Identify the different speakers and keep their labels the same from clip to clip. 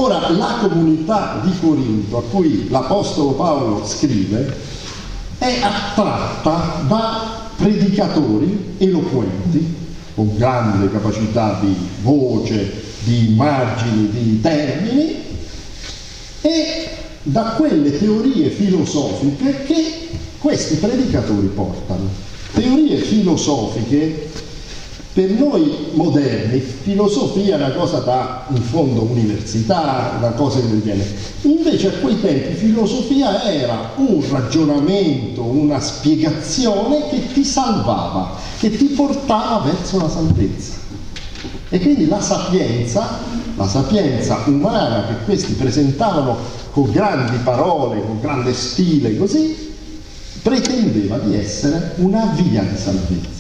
Speaker 1: Ora, la comunità di Corinto a cui l'Apostolo Paolo scrive è attratta da predicatori eloquenti, con grande capacità di voce, di immagini, di termini, e da quelle teorie filosofiche che questi predicatori portano. Teorie filosofiche, per noi moderni, filosofia è una cosa da, in fondo, università, una cosa del genere. Invece a quei tempi filosofia era un ragionamento, una spiegazione che ti salvava, che ti portava verso la salvezza. E quindi la sapienza umana che questi presentavano con grandi parole, con grande stile, così, pretendeva di essere una via di salvezza.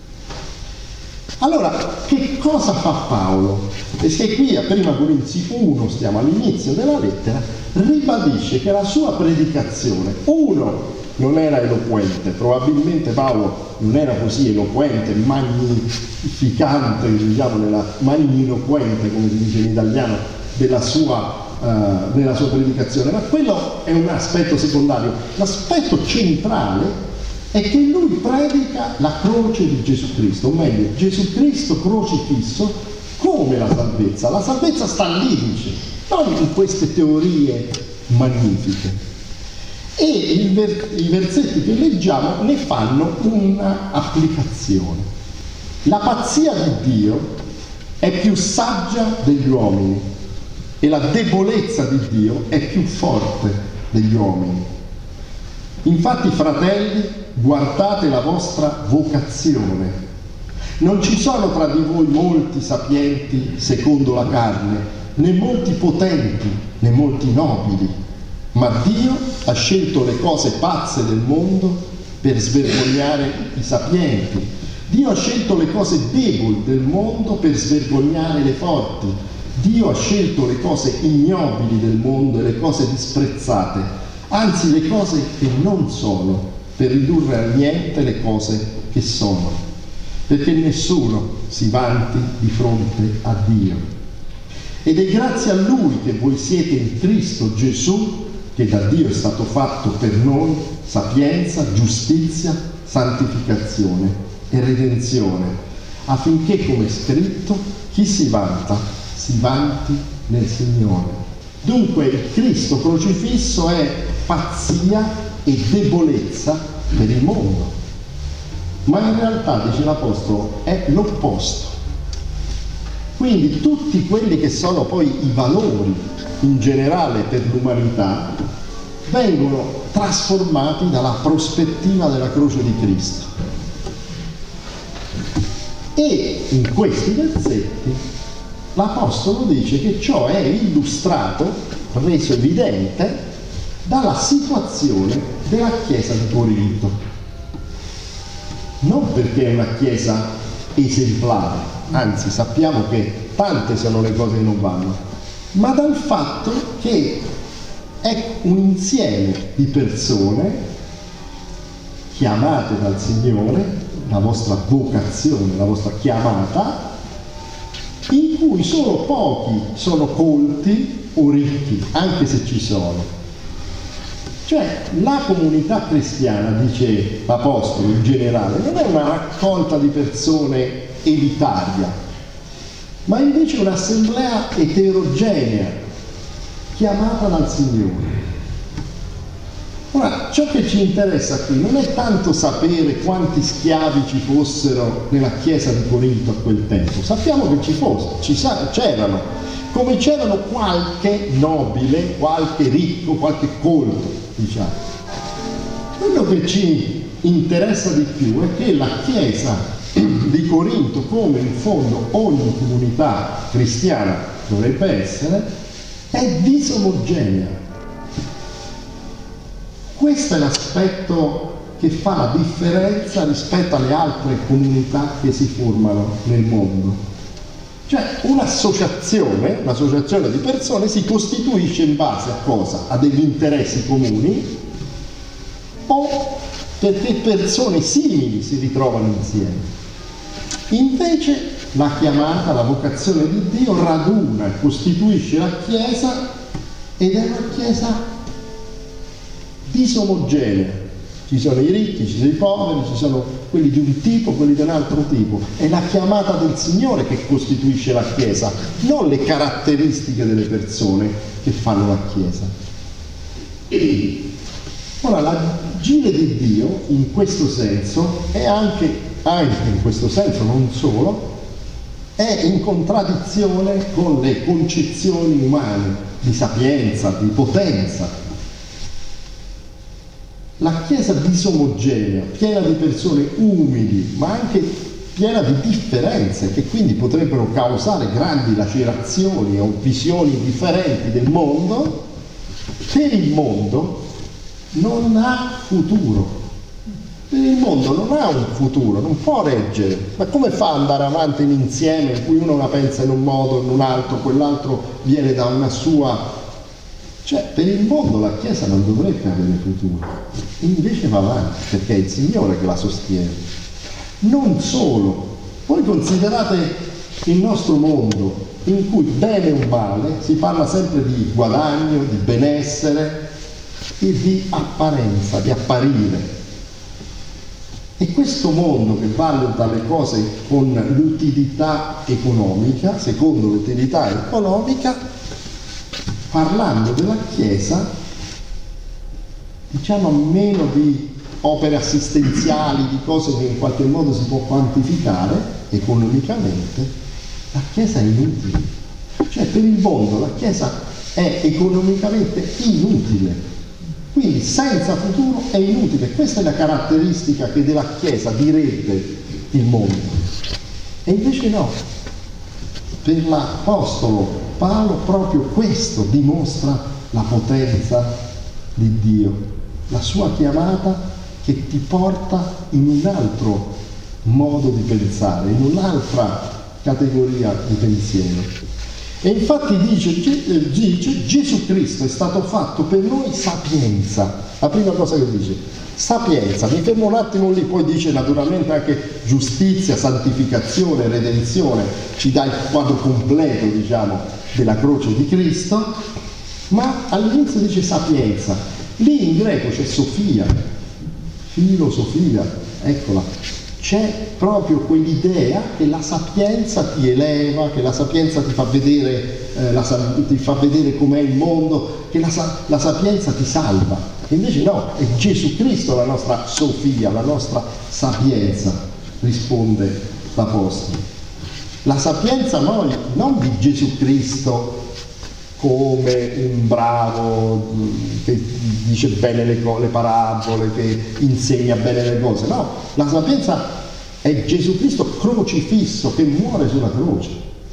Speaker 1: Allora, che cosa fa Paolo? Perché qui a Prima Corinzi 1, stiamo all'inizio della lettera, ribadisce che la sua predicazione, non era eloquente, probabilmente Paolo non era così eloquente, magnificante, diciamo, magniloquente, come si dice in italiano, nella sua predicazione, ma quello è un aspetto secondario. L'aspetto centrale è che lui predica la croce di Gesù Cristo, o meglio, Gesù Cristo crocifisso come la salvezza. La salvezza sta lì, dice, non in queste teorie magnifiche. E i versetti che leggiamo ne fanno una applicazione. La pazzia di Dio è più saggia degli uomini e la debolezza di Dio è più forte degli uomini. Infatti, fratelli, guardate la vostra vocazione. Non ci sono tra di voi molti sapienti secondo la carne, né molti potenti, né molti nobili, ma Dio ha scelto le cose pazze del mondo per svergognare i sapienti. Dio ha scelto le cose deboli del mondo per svergognare le forti. Dio ha scelto le cose ignobili del mondo e le cose disprezzate, anzi le cose che non sono, per ridurre a niente le cose che sono, perché nessuno si vanti di fronte a Dio. Ed è grazie a Lui che voi siete in Cristo Gesù, che da Dio è stato fatto per noi sapienza, giustizia, santificazione e redenzione, affinché, come è scritto, chi si vanta, si vanti nel Signore. Dunque il Cristo crocifisso è pazzia e debolezza per il mondo, ma in realtà, dice l'Apostolo, è l'opposto. Quindi tutti quelli che sono poi i valori in generale per l'umanità vengono trasformati dalla prospettiva della croce di Cristo. E in questi versetti l'Apostolo dice che ciò è illustrato, reso evidente, dalla situazione della Chiesa di Corinto. Non perché è una Chiesa esemplare, anzi sappiamo che tante sono le cose che non vanno, ma dal fatto che è un insieme di persone chiamate dal Signore, la vostra vocazione, la vostra chiamata, in cui solo pochi sono colti o ricchi, anche se ci sono. Cioè, la comunità cristiana, dice l'Apostolo in generale, non è una raccolta di persone elitaria, ma invece un'assemblea eterogenea, chiamata dal Signore. Ora, ciò che ci interessa qui non è tanto sapere quanti schiavi ci fossero nella Chiesa di Corinto a quel tempo. Sappiamo che c'erano, come c'erano qualche nobile, qualche ricco, qualche colto, diciamo. Quello che ci interessa di più è che la Chiesa di Corinto, come in fondo ogni comunità cristiana dovrebbe essere, è disomogenea. Questo è l'aspetto che fa la differenza rispetto alle altre comunità che si formano nel mondo. Cioè un'associazione di persone si costituisce in base a cosa? A degli interessi comuni o perché persone simili si ritrovano insieme. Invece la chiamata, la vocazione di Dio raduna e costituisce la Chiesa, ed è una Chiesa disomogenea. Ci sono i ricchi, ci sono i poveri, ci sono quelli di un tipo, quelli di un altro tipo. È la chiamata del Signore che costituisce la Chiesa, non le caratteristiche delle persone che fanno la Chiesa. Ora, l'agire di Dio in questo senso è anche in questo senso, non solo, è in contraddizione con le concezioni umane di sapienza, di potenza. La Chiesa disomogenea, piena di persone umili, ma anche piena di differenze che quindi potrebbero causare grandi lacerazioni o visioni differenti del mondo, per il mondo non ha futuro. Per il mondo non ha un futuro, non può reggere. Ma come fa ad andare avanti in insieme in cui uno la pensa in un modo, in un altro, quell'altro viene da una sua... Cioè, per il mondo la Chiesa non dovrebbe avere futuro, invece va avanti, perché è il Signore che la sostiene. Non solo, voi considerate il nostro mondo, in cui bene o male si parla sempre di guadagno, di benessere e di apparenza, di apparire. E questo mondo che valuta le cose con l'utilità economica, secondo l'utilità economica, parlando della Chiesa, diciamo meno di opere assistenziali, di cose che in qualche modo si può quantificare economicamente, la Chiesa è inutile. Cioè, per il mondo la Chiesa è economicamente inutile, quindi senza futuro è inutile. Questa è la caratteristica che della Chiesa direbbe il mondo, e invece no. Per l'Apostolo Paolo proprio questo dimostra la potenza di Dio, la sua chiamata che ti porta in un altro modo di pensare, in un'altra categoria di pensiero. E infatti dice Gesù Cristo è stato fatto per noi sapienza. La prima cosa che dice, sapienza. Mi fermo un attimo lì, poi dice naturalmente anche giustizia, santificazione, redenzione, ci dà il quadro completo, diciamo, della croce di Cristo, ma all'inizio dice sapienza. Lì in greco c'è Sofia, filosofia, eccola. C'è proprio quell'idea che la sapienza ti eleva, che la sapienza ti fa vedere, ti fa vedere com'è il mondo, che la sapienza ti salva. E invece no, è Gesù Cristo la nostra Sofia, la nostra sapienza, risponde l'Apostolo. La sapienza noi, non di Gesù Cristo come un bravo che dice bene le parabole, che insegna bene le cose. No, la sapienza è Gesù Cristo crocifisso, che muore sulla croce.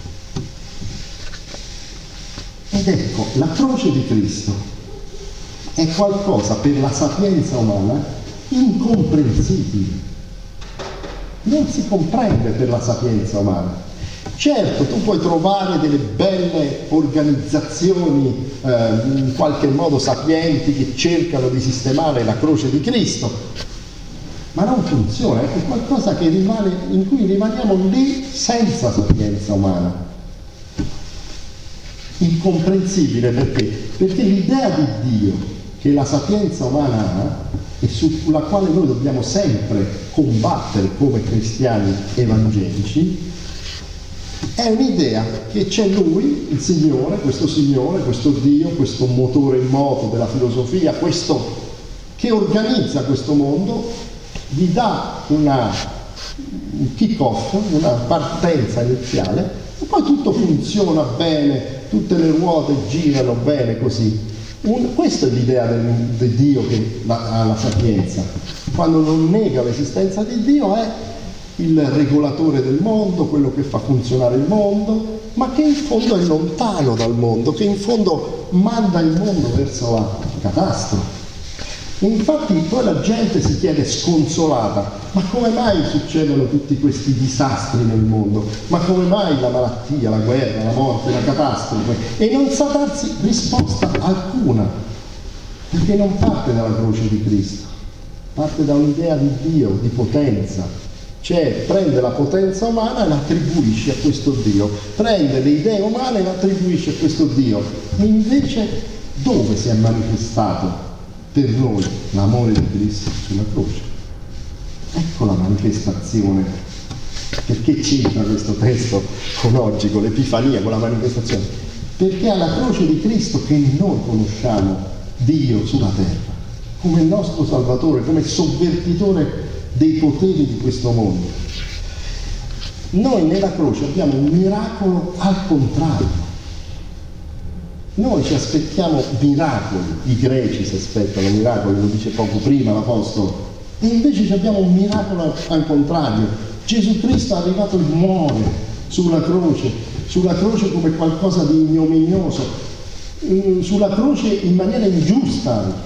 Speaker 1: Ed ecco, la croce di Cristo è qualcosa per la sapienza umana incomprensibile. Non si comprende per la sapienza umana. Certo, tu puoi trovare delle belle organizzazioni in qualche modo sapienti che cercano di sistemare la croce di Cristo, ma non funziona, è qualcosa che in cui rimaniamo lì senza sapienza umana. Incomprensibile perché? Perché l'idea di Dio che la sapienza umana ha e sulla quale noi dobbiamo sempre combattere come cristiani evangelici, è un'idea che c'è Lui, il Signore, questo Dio, questo motore in moto della filosofia, questo che organizza questo mondo, gli dà un kick-off, una partenza iniziale, e poi tutto funziona bene, tutte le ruote girano bene così. Questa è l'idea di Dio che ha la sapienza. Quando non nega l'esistenza di Dio è il regolatore del mondo, quello che fa funzionare il mondo, ma che in fondo è lontano dal mondo, che in fondo manda il mondo verso la catastrofe. E infatti poi la gente si chiede sconsolata, ma come mai succedono tutti questi disastri nel mondo? Ma come mai la malattia, la guerra, la morte, la catastrofe? E non sa darsi risposta alcuna, perché non parte dalla croce di Cristo, parte da un'idea di Dio, di potenza. Cioè prende la potenza umana e la attribuisce a questo Dio, prende le idee umane e le attribuisce a questo Dio. E invece dove si è manifestato per noi l'amore di Cristo? Sulla croce. Ecco la manifestazione. Perché c'entra questo testo con oggi, con l'Epifania, con la manifestazione? Perché è alla croce di Cristo che noi conosciamo Dio sulla terra, come il nostro Salvatore, come sovvertitore dei poteri di questo mondo. Noi nella croce abbiamo un miracolo al contrario. Noi ci aspettiamo miracoli, i greci si aspettano miracoli, lo dice poco prima l'Apostolo, e invece abbiamo un miracolo al contrario. Gesù Cristo è arrivato e muore sulla croce come qualcosa di ignominioso, sulla croce in maniera ingiusta anche.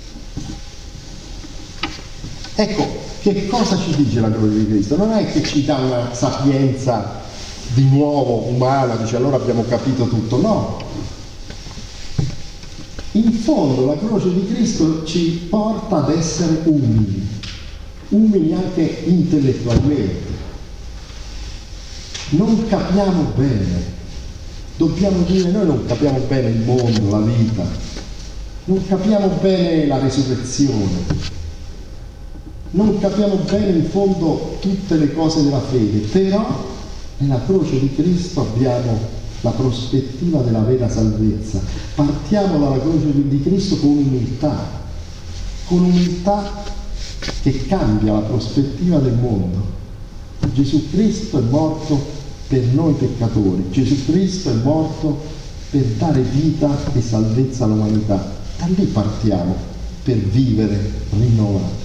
Speaker 1: Ecco, che cosa ci dice la croce di Cristo? Non è che ci dà una sapienza di nuovo umana, dice allora abbiamo capito tutto, no. In fondo la croce di Cristo ci porta ad essere umili anche intellettualmente. Non capiamo bene, dobbiamo dire noi non capiamo bene il mondo, la vita, non capiamo bene la resurrezione, non capiamo bene in fondo tutte le cose della fede, però nella croce di Cristo abbiamo la prospettiva della vera salvezza. Partiamo dalla croce di Cristo con umiltà che cambia la prospettiva del mondo. Gesù Cristo è morto per noi peccatori, Gesù Cristo è morto per dare vita e salvezza all'umanità. Da lì partiamo per vivere rinnovati.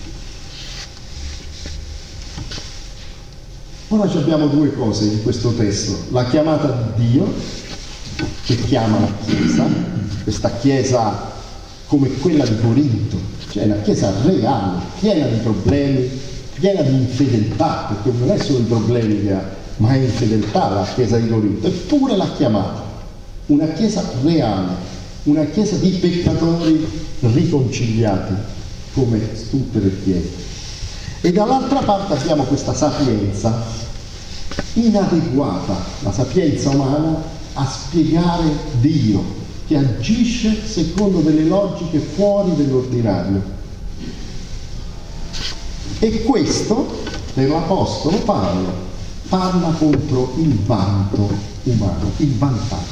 Speaker 1: Ora abbiamo due cose in questo testo: la chiamata di Dio che chiama la Chiesa, questa Chiesa come quella di Corinto, cioè una Chiesa reale, piena di problemi, piena di infedeltà, perché non è solo i problemi che ha, ma è infedeltà la Chiesa di Corinto. Eppure l'ha chiamata una Chiesa reale, una Chiesa di peccatori riconciliati, come tutte le Chiese. E dall'altra parte abbiamo questa sapienza inadeguata, la sapienza umana, a spiegare Dio, che agisce secondo delle logiche fuori dell'ordinario. E questo, per l'Apostolo Paolo, parla contro il vanto umano, il vantarsi.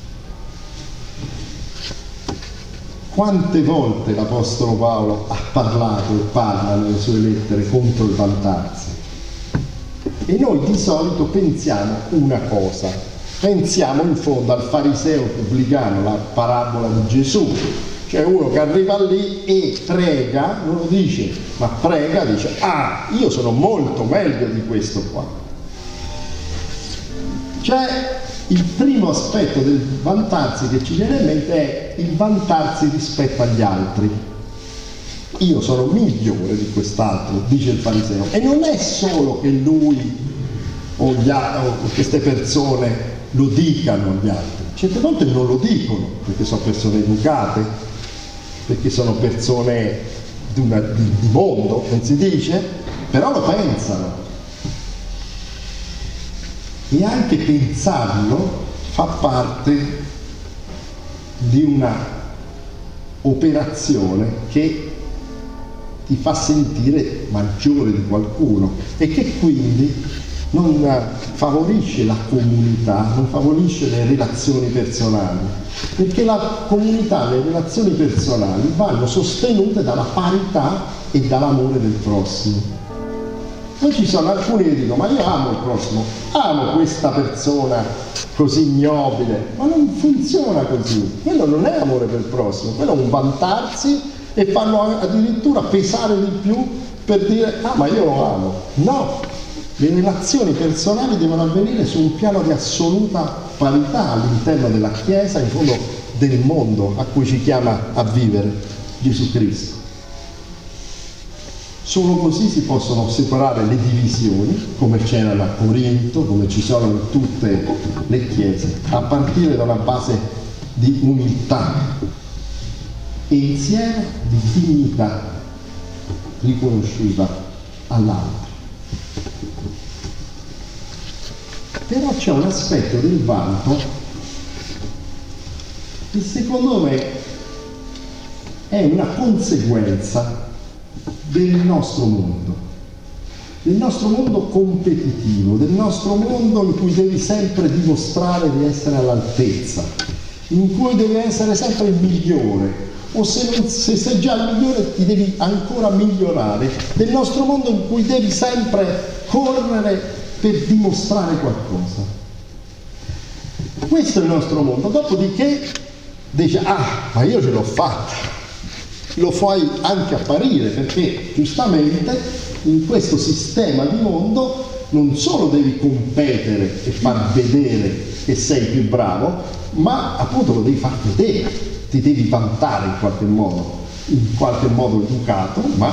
Speaker 1: Quante volte l'Apostolo Paolo ha parlato e parla nelle sue lettere contro il vantarsi? E noi di solito pensiamo una cosa, pensiamo in fondo al fariseo pubblicano, la parabola di Gesù, cioè uno che arriva lì e prega, non lo dice, ma prega, dice, io sono molto meglio di questo qua. Cioè, il primo aspetto del vantarsi che ci viene in mente è il vantarsi rispetto agli altri. Io sono migliore di quest'altro, dice il fariseo. E non è solo che lui o queste persone lo dicano agli altri. Certe volte non lo dicono, perché sono persone educate, perché sono persone di mondo, non si dice, però lo pensano. E anche pensarlo fa parte di una operazione che ti fa sentire maggiore di qualcuno e che quindi non favorisce la comunità, non favorisce le relazioni personali, perché la comunità, le relazioni personali vanno sostenute dalla parità e dall'amore del prossimo. Poi ci sono alcuni che dicono, ma io amo il prossimo, amo questa persona così ignobile, ma non funziona così. Quello non è amore per il prossimo, quello è un vantarsi e fanno addirittura pesare di più per dire, ma io lo amo. No, le relazioni personali devono avvenire su un piano di assoluta parità all'interno della Chiesa, in fondo del mondo a cui ci chiama a vivere Gesù Cristo. Solo così si possono separare le divisioni, come c'erano a Corinto, come ci sono in tutte le chiese, a partire da una base di umiltà e insieme di dignità riconosciuta all'altro. Però c'è un aspetto del vanto che secondo me è una conseguenza del nostro mondo competitivo, del nostro mondo in cui devi sempre dimostrare di essere all'altezza, in cui devi essere sempre il migliore, o se sei già il migliore ti devi ancora migliorare, del nostro mondo in cui devi sempre correre per dimostrare qualcosa. Questo è il nostro mondo. Dopodiché dice, ma io ce l'ho fatta, lo fai anche apparire, perché giustamente in questo sistema di mondo non solo devi competere e far vedere che sei più bravo, ma appunto lo devi far vedere, ti devi vantare in qualche modo educato, ma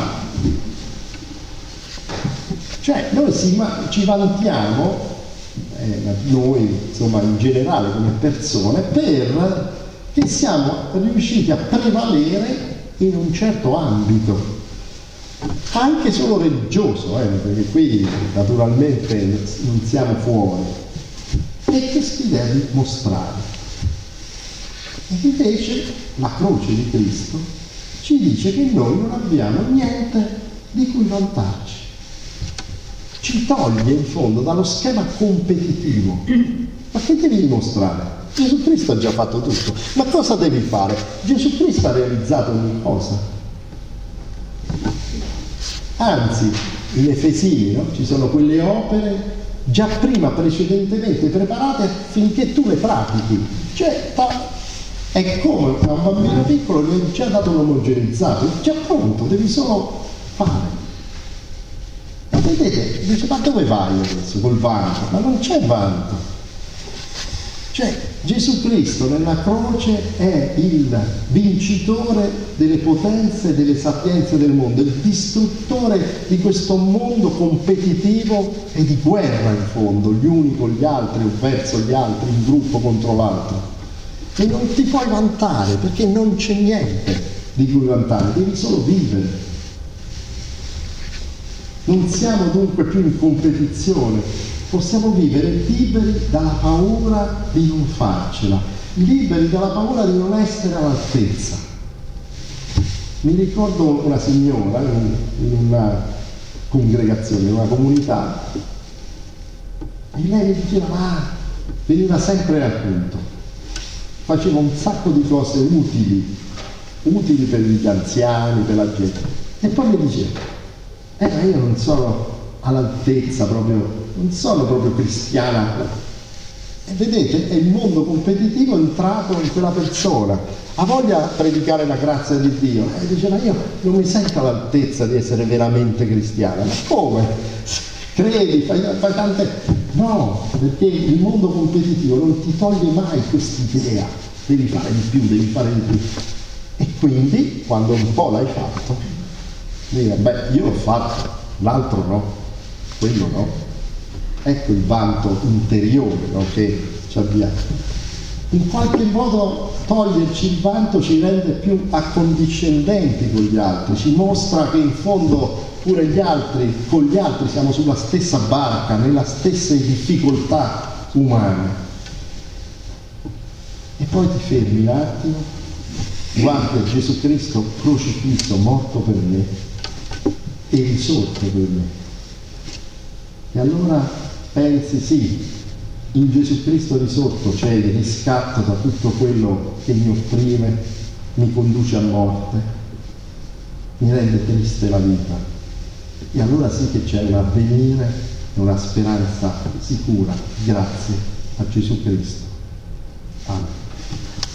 Speaker 1: cioè noi ci vantiamo, noi insomma in generale come persone, perché siamo riusciti a prevalere in un certo ambito, anche solo religioso, perché qui naturalmente non siamo fuori, e che si deve mostrare. E invece la croce di Cristo ci dice che noi non abbiamo niente di cui vantarci. Ci toglie in fondo dallo schema competitivo. Ma che devi dimostrare? Gesù Cristo ha già fatto tutto. Ma cosa devi fare? Gesù Cristo ha realizzato ogni cosa. Anzi, in Efesini, ci sono quelle opere già prima precedentemente preparate affinché tu le pratichi. Cioè, è come a un bambino piccolo gli hai già dato un omogenizzato, è già pronto, devi solo fare. E vedete, dice, ma dove vai adesso col vanto? Ma non c'è vanto. Cioè, Gesù Cristo nella croce è il vincitore delle potenze e delle sapienze del mondo, il distruttore di questo mondo competitivo e di guerra in fondo, gli uni con gli altri o verso gli altri, un gruppo contro l'altro. E non ti puoi vantare perché non c'è niente di cui vantare, devi solo vivere. Non siamo dunque più in competizione, possiamo vivere liberi dalla paura di non farcela, liberi dalla paura di non essere all'altezza. Mi ricordo una signora in una congregazione, in una comunità, e lei mi diceva, veniva sempre al culto, faceva un sacco di cose utili per gli anziani, per la gente, e poi mi diceva, ma io non sono all'altezza proprio, non sono proprio cristiana. E vedete, è il mondo competitivo entrato in quella persona, ha voglia di predicare la grazia di Dio, e dice, ma io non mi sento all'altezza di essere veramente cristiana. Ma come? Credi, fai tante... No, perché il mondo competitivo non ti toglie mai quest'idea, devi fare di più, devi fare di più. E quindi, quando un po' l'hai fatto, dici, io l'ho fatto, l'altro no, quello no. Ecco il vanto interiore, no, che ci abbiamo. In qualche modo toglierci il vanto ci rende più accondiscendenti con gli altri, ci mostra che in fondo pure con gli altri siamo sulla stessa barca, nelle stesse difficoltà umane. E poi ti fermi un attimo, guardi Gesù Cristo crocifisso, morto per me e risorto per me. E allora pensi, sì, in Gesù Cristo risorto c'è il riscatto da tutto quello che mi opprime, mi conduce a morte, mi rende triste la vita. E allora sì che c'è un avvenire e una speranza sicura, grazie a Gesù Cristo. Amen.